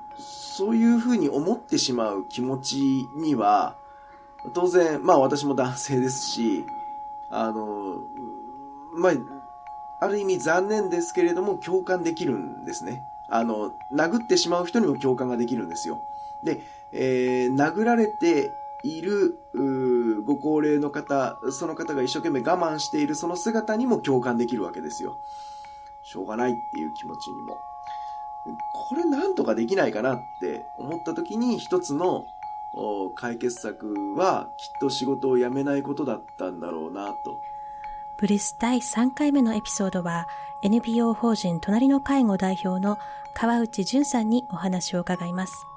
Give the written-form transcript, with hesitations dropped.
そういうふうに思ってしまう気持ちには、当然、私も男性ですし、ある意味残念ですけれども共感できるんですね。殴ってしまう人にも共感ができるんですよ。で、殴られているご高齢の方、その方が一生懸命我慢しているその姿にも共感できるわけですよ。しょうがないっていう気持ちにも。これなんとかできないかなって思った時に、一つの解決策はきっと仕事を辞めないことだったんだろうなと。 ブリス第3回目のエピソードは NPO 法人隣の介護代表の川内淳さんにお話を伺います。